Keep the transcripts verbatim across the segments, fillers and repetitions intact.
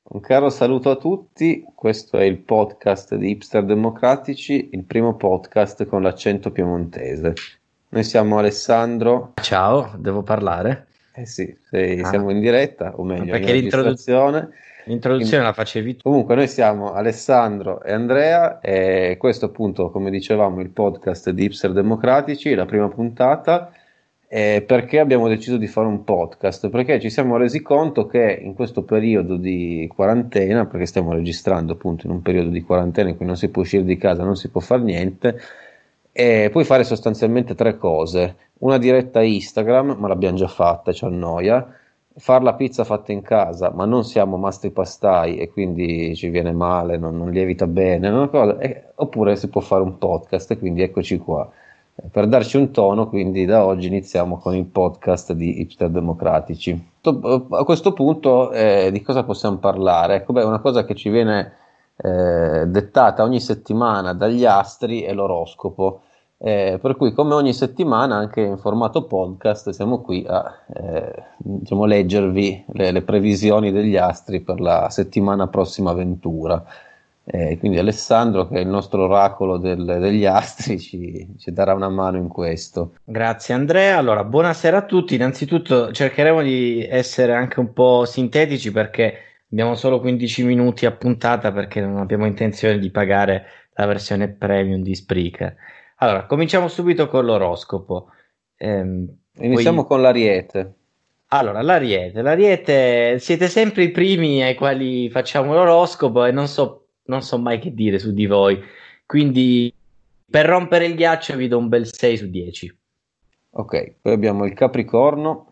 Un caro saluto a tutti, questo è il podcast di Hipster Democratici, il primo podcast con l'accento piemontese. Noi siamo Alessandro, Ciao, devo parlare? eh sì, sei- Ah, siamo in diretta, o meglio in perché l'introdu- registrazione. l'introduzione Quindi- la facevi tu. Comunque noi siamo Alessandro e Andrea e questo appunto, come dicevamo, il podcast di Hipster Democratici, la prima puntata. Eh, perché abbiamo deciso di fare un podcast? Perché ci siamo resi conto che in questo periodo di quarantena, perché stiamo registrando appunto in un periodo di quarantena in cui non si può uscire di casa, non si può fare niente, e puoi fare sostanzialmente tre cose. Una diretta Instagram, ma l'abbiamo già fatta, ci annoia. Far la pizza fatta in casa, ma non siamo mastri pastai e quindi ci viene male, non, non lievita bene, una cosa. E- oppure si può fare un podcast e quindi eccoci qua. Eh, Per darci un tono, quindi da oggi iniziamo con il podcast di Hipster Democratici. To- A questo punto, eh, di cosa possiamo parlare? Ecco, beh, una cosa che ci viene eh, dettata ogni settimana dagli astri è l'oroscopo. Eh, per cui, come ogni settimana, anche in formato podcast, siamo qui a eh, diciamo, leggervi le, le previsioni degli astri per la settimana prossima ventura. Eh, quindi Alessandro, che è il nostro oracolo del- degli astri, ci, ci darà una mano in questo. Grazie Andrea. Allora, buonasera a tutti. Innanzitutto cercheremo di essere anche un po' sintetici perché abbiamo solo quindici minuti a puntata perché non abbiamo intenzione di pagare la versione premium di Spreaker. Allora, cominciamo subito con l'oroscopo. Ehm, Iniziamo poi con l'Ariete. Allora, l'Ariete, l'Ariete, siete sempre i primi ai quali facciamo l'oroscopo e non so, non so mai che dire su di voi. Quindi, per rompere il ghiaccio, vi do un bel sei su dieci. Ok, poi abbiamo il Capricorno.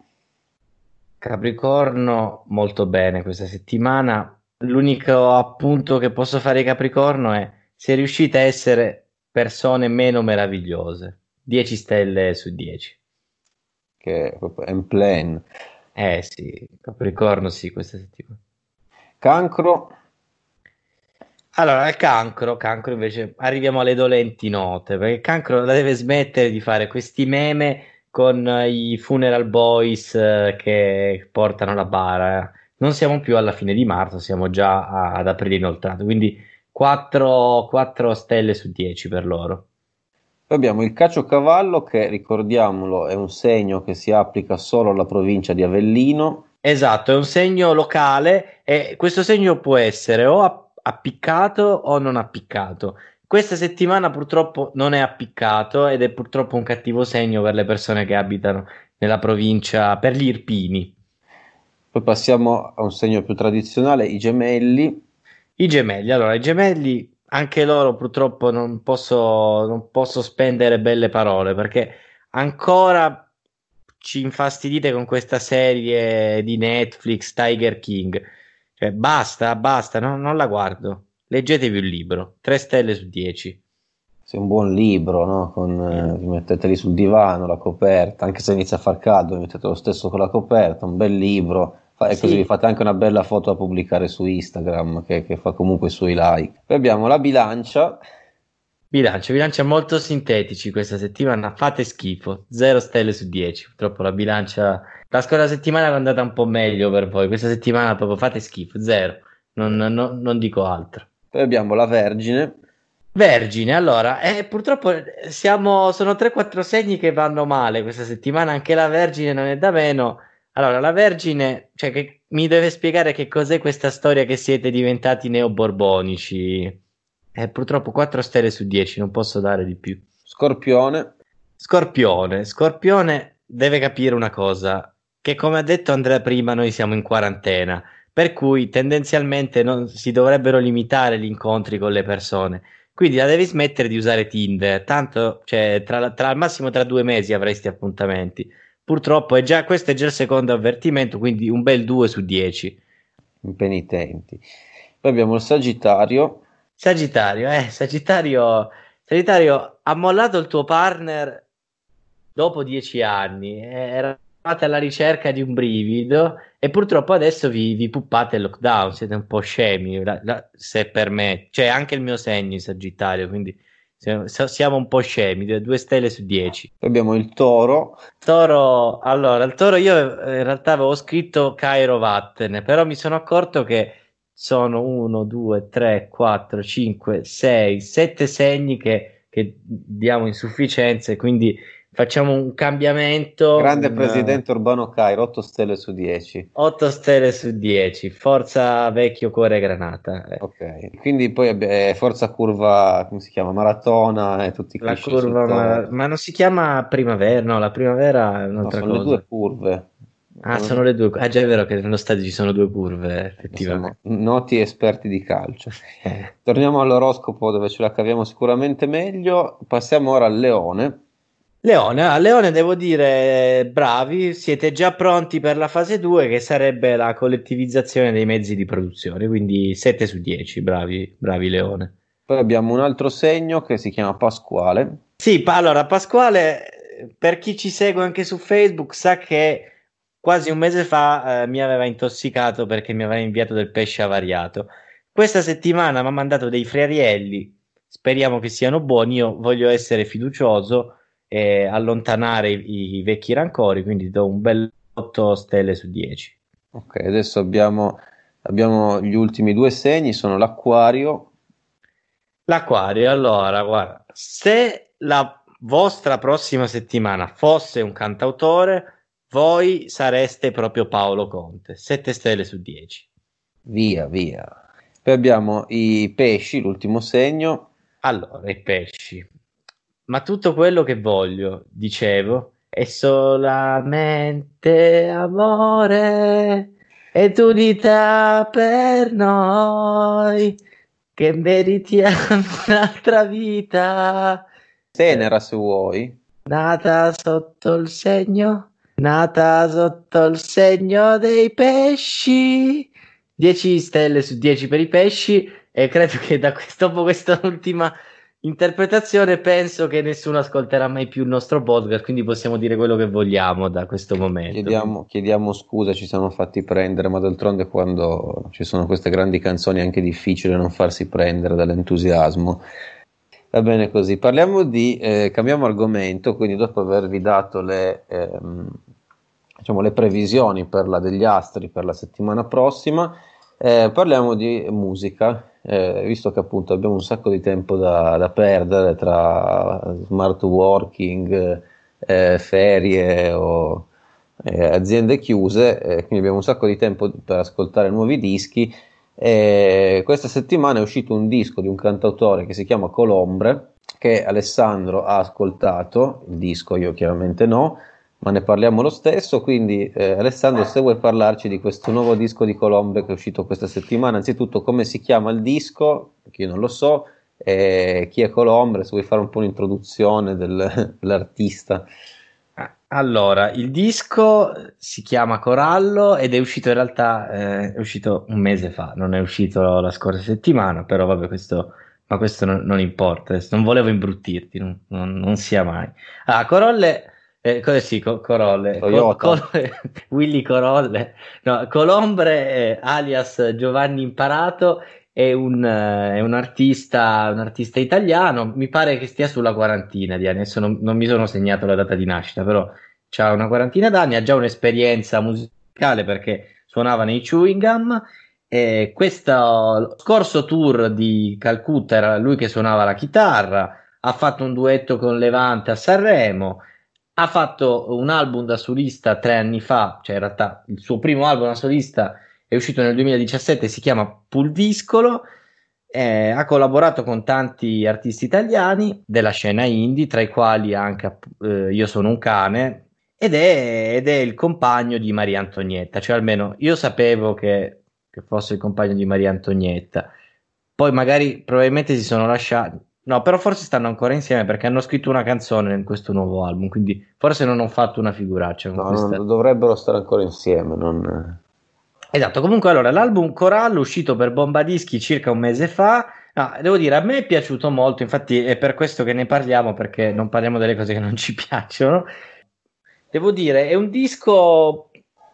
Capricorno, molto bene questa settimana. L'unico appunto che posso fare ai Capricorno è se riuscite a essere persone meno meravigliose. dieci stelle su dieci. Che è proprio en plein. Eh sì, Capricorno sì, questa settimana. Cancro. Allora, il cancro, cancro invece arriviamo alle dolenti note, perché il cancro la deve smettere di fare questi meme con eh, i funeral boys eh, che portano la bara. Non siamo più alla fine di marzo, siamo già a- ad aprile inoltrato, quindi quattro, quattro stelle su dieci per loro. Poi abbiamo il Caciocavallo, che ricordiamolo è un segno che si applica solo alla provincia di Avellino. Esatto, è un segno locale e questo segno può essere o app- appiccato o non appiccato. Questa settimana purtroppo non è appiccato ed è purtroppo un cattivo segno per le persone che abitano nella provincia, per gli Irpini. Poi passiamo a un segno più tradizionale, i Gemelli. I gemelli, allora, i gemelli, anche loro purtroppo non posso, non posso spendere belle parole perché ancora ci infastidite con questa serie di Netflix, Tiger King. Cioè, basta, basta, no- non la guardo. Leggetevi un libro, tre stelle su dieci. Se è un buon libro, no? Con, eh, Il- vi mettete lì sul divano, la coperta, anche se inizia a far caldo, vi mettete lo stesso con la coperta, un bel libro, fa- e così vi Sì, fate anche una bella foto da pubblicare su Instagram, che, che fa comunque i suoi like. Poi abbiamo la bilancia. bilancio, bilancia molto sintetici questa settimana, fate schifo, zero stelle su dieci. Purtroppo la bilancia, la scorsa settimana era andata un po' meglio per voi, questa settimana proprio fate schifo, zero, non, non- non dico altro. Poi abbiamo la Vergine. Vergine, allora, eh, purtroppo eh, siamo, sono tre quattro segni che vanno male questa settimana, anche la Vergine non è da meno. Allora, la Vergine, cioè, che mi deve spiegare che cos'è questa storia che siete diventati neoborbonici. Eh, purtroppo quattro stelle su dieci, non posso dare di più. Scorpione. Scorpione, Scorpione deve capire una cosa, che come ha detto Andrea prima, noi siamo in quarantena, per cui tendenzialmente non si dovrebbero limitare gli incontri con le persone. Quindi la devi smettere di usare Tinder, tanto, cioè, tra, tra- al massimo tra due mesi avresti appuntamenti. Purtroppo è già, questo è già il secondo avvertimento, quindi un bel due su dieci. Impenitenti. Poi abbiamo il Sagittario. Sagittario, eh, Sagittario, Sagittario, ha mollato il tuo partner dopo dieci anni, eh, eravate alla ricerca di un brivido e purtroppo adesso vi, vi puppate il lockdown, siete un po' scemi, la- la- se per me, cioè anche il mio segno in Sagittario, quindi siamo, siamo un po' scemi, due due stelle su dieci. Poi abbiamo il Toro. Toro, allora, il toro io eh, in realtà avevo scritto Cairo vattene, però mi sono accorto che sono uno, due, tre, quattro, cinque, sei, sette segni che, che diamo insufficienze, quindi facciamo un cambiamento, Grande un presidente Urbano Cairo, otto stelle su dieci. otto stelle su dieci, forza vecchio cuore granata. Eh. Ok, quindi poi abbi- eh, forza curva, come si chiama? Maratona e tutti i La cliché sul curva, ma, Toro. ma non si chiama primavera, no, la primavera è No, un'altra sono le due cosa. curve. Ah, Sono sono le- le due. Ah, già è vero che nello stadio ci sono due curve, Siamo effettivamente. noti esperti di calcio. Eh. Torniamo all'oroscopo dove ce la caviamo sicuramente meglio. Passiamo ora al Leone. Leone, ah, Leone, devo dire, bravi, siete già pronti per la fase due, che sarebbe la collettivizzazione dei mezzi di produzione, quindi sette su dieci, bravi, bravi Leone. Poi abbiamo un altro segno che si chiama Pasquale. Sì, pa- allora Pasquale, per chi ci segue anche su Facebook, sa che quasi un mese fa eh, mi aveva intossicato perché mi aveva inviato del pesce avariato. Questa settimana mi ha mandato dei friarielli, speriamo che siano buoni. Io voglio essere fiducioso e allontanare i, i vecchi rancori, quindi do un bel otto stelle su dieci. Ok, adesso abbiamo, abbiamo gli ultimi due segni, sono l'Acquario. L'Aquario, allora, guarda, se la vostra prossima settimana fosse un cantautore, voi sareste proprio Paolo Conte, sette stelle su dieci. Via, via. Poi abbiamo i pesci, l'ultimo segno. Allora, i pesci. Ma tutto quello che voglio, dicevo, è solamente amore ed unità per noi, che meritiamo un'altra vita. Eh, Tenera se vuoi. Nata sotto il segno, nata sotto il segno dei pesci. dieci stelle su dieci per i pesci e credo che da questo, dopo questa ultima interpretazione penso che nessuno ascolterà mai più il nostro podcast, quindi possiamo dire quello che vogliamo da questo momento. Chiediamo, chiediamo scusa, ci siamo fatti prendere, ma d'altronde quando ci sono queste grandi canzoni è anche difficile non farsi prendere dall'entusiasmo. Va bene così, parliamo di, eh, cambiamo argomento, quindi dopo avervi dato le, ehm, diciamo, le previsioni per la, degli astri per la settimana prossima, eh, parliamo di musica, eh, visto che appunto abbiamo un sacco di tempo da, da perdere tra smart working, eh, ferie o eh, aziende chiuse, eh, quindi abbiamo un sacco di tempo per ascoltare nuovi dischi. E questa settimana è uscito un disco di un cantautore che si chiama Colombre, che Alessandro ha ascoltato, il disco io chiaramente no, ma ne parliamo lo stesso, quindi eh, Alessandro, se vuoi parlarci di questo nuovo disco di Colombre che è uscito questa settimana, anzitutto come si chiama il disco, che io non lo so, e chi è Colombre, se vuoi fare un po' un'introduzione del, dell'artista. Ah, Allora, il disco si chiama Corallo ed è uscito in realtà, eh, è uscito un mese fa, non è uscito la scorsa settimana, però vabbè, questo, ma questo non, non importa, adesso non volevo imbruttirti, non, non- non sia mai. Ah, Corolle, eh, cosa sì, Co- Corolle, Co- Toyota. Col- Willy Corolle, no, Colombre, eh, alias Giovanni Imparato, è un, eh, è un artista, un artista italiano, mi pare che stia sulla quarantina di anni, adesso non, non mi sono segnato la data di nascita, però ha una quarantina d'anni, ha già un'esperienza musicale perché suonava nei Chewing Gum. E questo scorso tour di Calcutta era lui che suonava la chitarra, ha fatto un duetto con Levante a Sanremo, ha fatto un album da solista tre anni fa, cioè in realtà il suo primo album da solista è uscito nel duemiladiciassette, si chiama Pulviscolo, eh, ha collaborato con tanti artisti italiani della scena indie, tra i quali anche eh, Io sono un cane, ed è, ed è il compagno di Maria Antonietta, cioè almeno io sapevo che, che fosse il compagno di Maria Antonietta, poi magari probabilmente si sono lasciati, no, però forse stanno ancora insieme perché hanno scritto una canzone in questo nuovo album, quindi forse non ho fatto una figuraccia con No, questa. non, dovrebbero stare ancora insieme, non... Esatto, comunque allora l'album Corallo uscito per Bomba Dischi circa un mese fa, no, devo dire a me è piaciuto molto, infatti è per questo che ne parliamo, perché non parliamo delle cose che non ci piacciono. Devo dire, è un disco,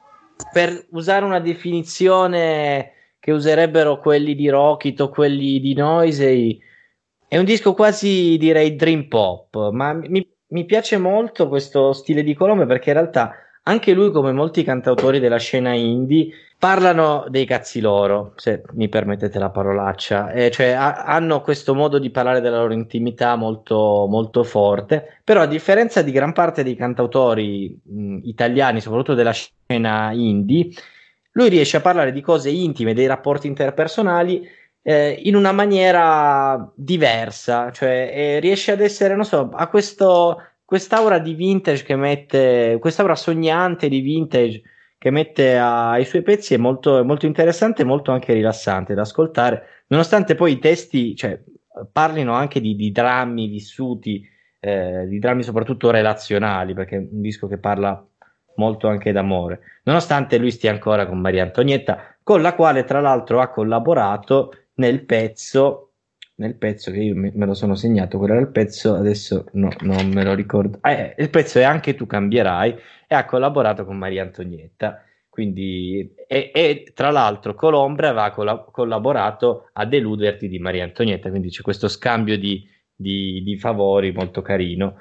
per usare una definizione che userebbero quelli di Rockit o quelli di Noisey, è un disco quasi direi dream pop, ma mi, mi piace molto questo stile di Colombe perché in realtà anche lui, come molti cantautori della scena indie, parlano dei cazzi loro, se mi permettete la parolaccia, eh, cioè ha- hanno questo modo di parlare della loro intimità molto, molto forte, però a differenza di gran parte dei cantautori mh, italiani, soprattutto della scena indie, lui riesce a parlare di cose intime, dei rapporti interpersonali, eh, in una maniera diversa, cioè eh, riesce ad essere, non so, ha questo, quest'aura di vintage che mette, quest'aura sognante di vintage che mette a- ai suoi pezzi è molto, è molto interessante e molto anche rilassante da ascoltare, nonostante poi i testi, cioè, parlino anche di, di drammi vissuti, eh, di drammi soprattutto relazionali, perché è un disco che parla molto anche d'amore, nonostante lui stia ancora con Maria Antonietta, con la quale tra l'altro ha collaborato nel pezzo, nel pezzo che io me, me lo sono segnato, quello era il pezzo, adesso no, non me lo ricordo, ah, eh, il pezzo è Anche tu cambierai, e ha collaborato con Maria Antonietta. Quindi, e, e tra l'altro Colombra aveva colla- collaborato a Deluderti di Maria Antonietta, quindi c'è questo scambio di, di- di favori molto carino.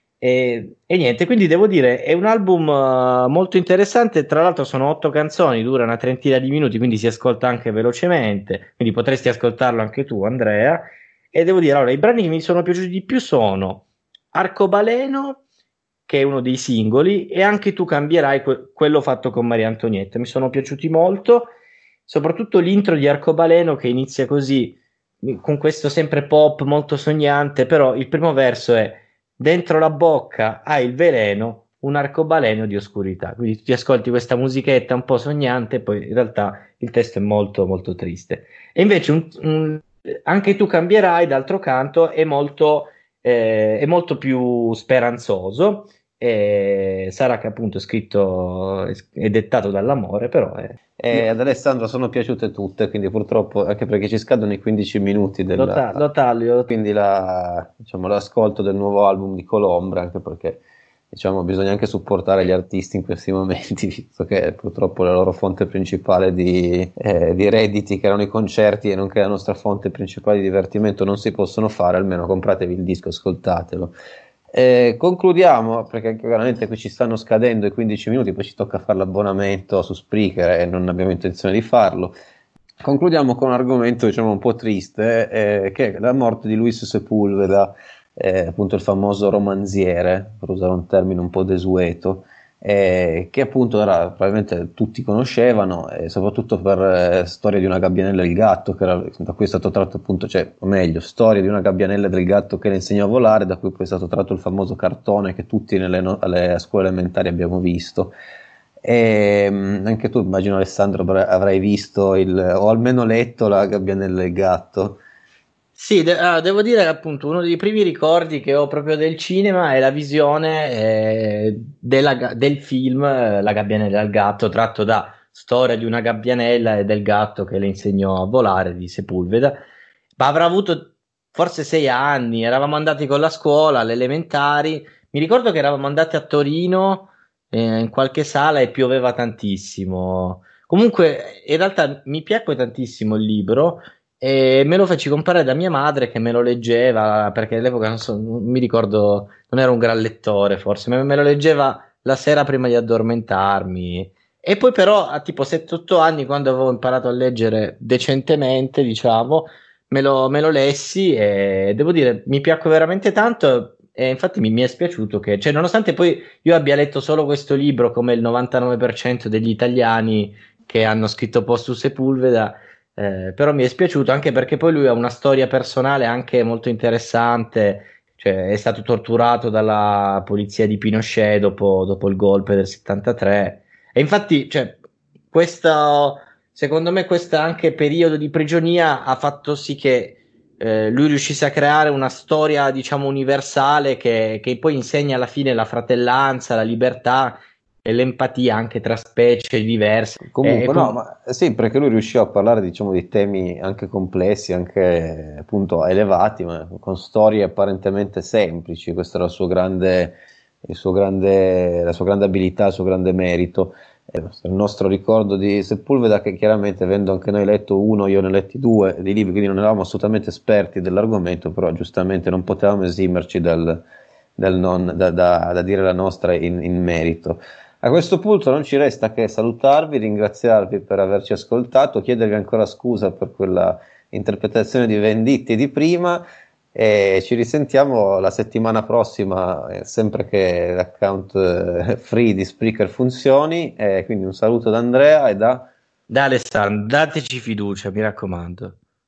E, e niente, quindi devo dire, è un album eh, molto interessante. Tra l'altro, sono otto canzoni, dura una trentina di minuti, quindi si ascolta anche velocemente. Quindi potresti ascoltarlo anche tu, Andrea. E devo dire, allora, i brani che mi sono piaciuti di più sono Arcobaleno, che è uno dei singoli, e Anche tu cambierai, que- quello fatto con Maria Antonietta. Mi sono piaciuti molto, soprattutto l'intro di Arcobaleno che inizia così, con questo sempre pop molto sognante, però il primo verso è: dentro la bocca hai il veleno, un arcobaleno di oscurità. Quindi tu ti ascolti questa musichetta un po' sognante, poi in realtà il testo è molto molto triste. E invece un- un- Anche tu cambierai, d'altro canto, è molto, eh, è molto più speranzoso. E sarà che appunto è scritto e dettato dall'amore, però è- E ad Alessandro sono piaciute tutte, quindi purtroppo, anche perché ci scadono i quindici minuti lo, della, ta- lo taglio. quindi la- diciamo, l'ascolto del nuovo album di Colombra, anche perché diciamo, bisogna anche supportare gli artisti in questi momenti, visto che purtroppo la loro fonte principale di, eh, di redditi, che erano i concerti e nonché la nostra fonte principale di divertimento, non si possono fare. Almeno compratevi il disco, ascoltatelo. Eh, concludiamo, perché anche veramente qui ci stanno scadendo i quindici minuti, poi ci tocca fare l'abbonamento su Spreaker e non abbiamo intenzione di farlo. Concludiamo con un argomento, diciamo, un po' triste, eh, che è la morte di Luis Sepulveda, eh, appunto il famoso romanziere, per usare un termine un po' desueto, eh, che appunto era, probabilmente tutti conoscevano, e soprattutto per eh, Storia di una gabbianella e il gatto, che era, da cui è stato tratto appunto, cioè, o meglio, Storia di una gabbianella e del gatto che le insegnò a volare, da cui poi è stato tratto il famoso cartone che tutti nelle no- alle scuole elementari abbiamo visto. E, mh, anche tu, immagino, Alessandro, avrai avrai visto il, o almeno letto La gabbianella e il gatto. Sì, de- ah, devo dire che appunto uno dei primi ricordi che ho proprio del cinema è la visione eh, della ga- del film eh, La gabbianella e il gatto, tratto da Storia di una gabbianella e del gatto che le insegnò a volare di Sepulveda. Ma avrà avuto forse sei anni, eravamo andati con la scuola alle elementari. Mi ricordo che eravamo andati a Torino eh, in qualche sala e pioveva tantissimo. Comunque, in realtà mi piacque tantissimo il libro. E me lo feci comprare da mia madre che me lo leggeva, perché all'epoca non so, non mi ricordo, non ero un gran lettore forse, me, me lo leggeva la sera prima di addormentarmi. E poi però a tipo sette otto anni, quando avevo imparato a leggere decentemente, diciamo, me lo, me lo lessi e devo dire, mi piacque veramente tanto e infatti mi, mi è spiaciuto che, cioè nonostante poi io abbia letto solo questo libro come il novantanove per cento degli italiani che hanno scritto post su Sepulveda, eh, però mi è spiaciuto anche perché poi lui ha una storia personale anche molto interessante, cioè è stato torturato dalla polizia di Pinochet dopo, dopo il golpe del settantatré e infatti, cioè, questo, secondo me, questo anche periodo di prigionia ha fatto sì che eh, lui riuscisse a creare una storia, diciamo, universale che, che poi insegna alla fine la fratellanza, la libertà e l'empatia anche tra specie diverse. E, e Comunque, no, com- ma eh, sì, perché lui riuscì a parlare, diciamo, di temi anche complessi, anche appunto elevati, ma con storie apparentemente semplici. Questo era il suo grande, il suo grande, la sua grande abilità, il suo grande merito. Eh, Il nostro ricordo di Sepulveda, che chiaramente, avendo anche noi letto uno, io ne ho letti due di libri, quindi non eravamo assolutamente esperti dell'argomento, però giustamente non potevamo esimerci dal, dal non- da, da- da dire la nostra in in merito. A questo punto non ci resta che salutarvi, ringraziarvi per averci ascoltato, chiedervi ancora scusa per quella interpretazione di Venditti di prima e ci risentiamo la settimana prossima, eh, sempre che l'account eh, free di Spreaker funzioni. E quindi un saluto da Andrea e da Da Alessandro, dateci fiducia, mi raccomando.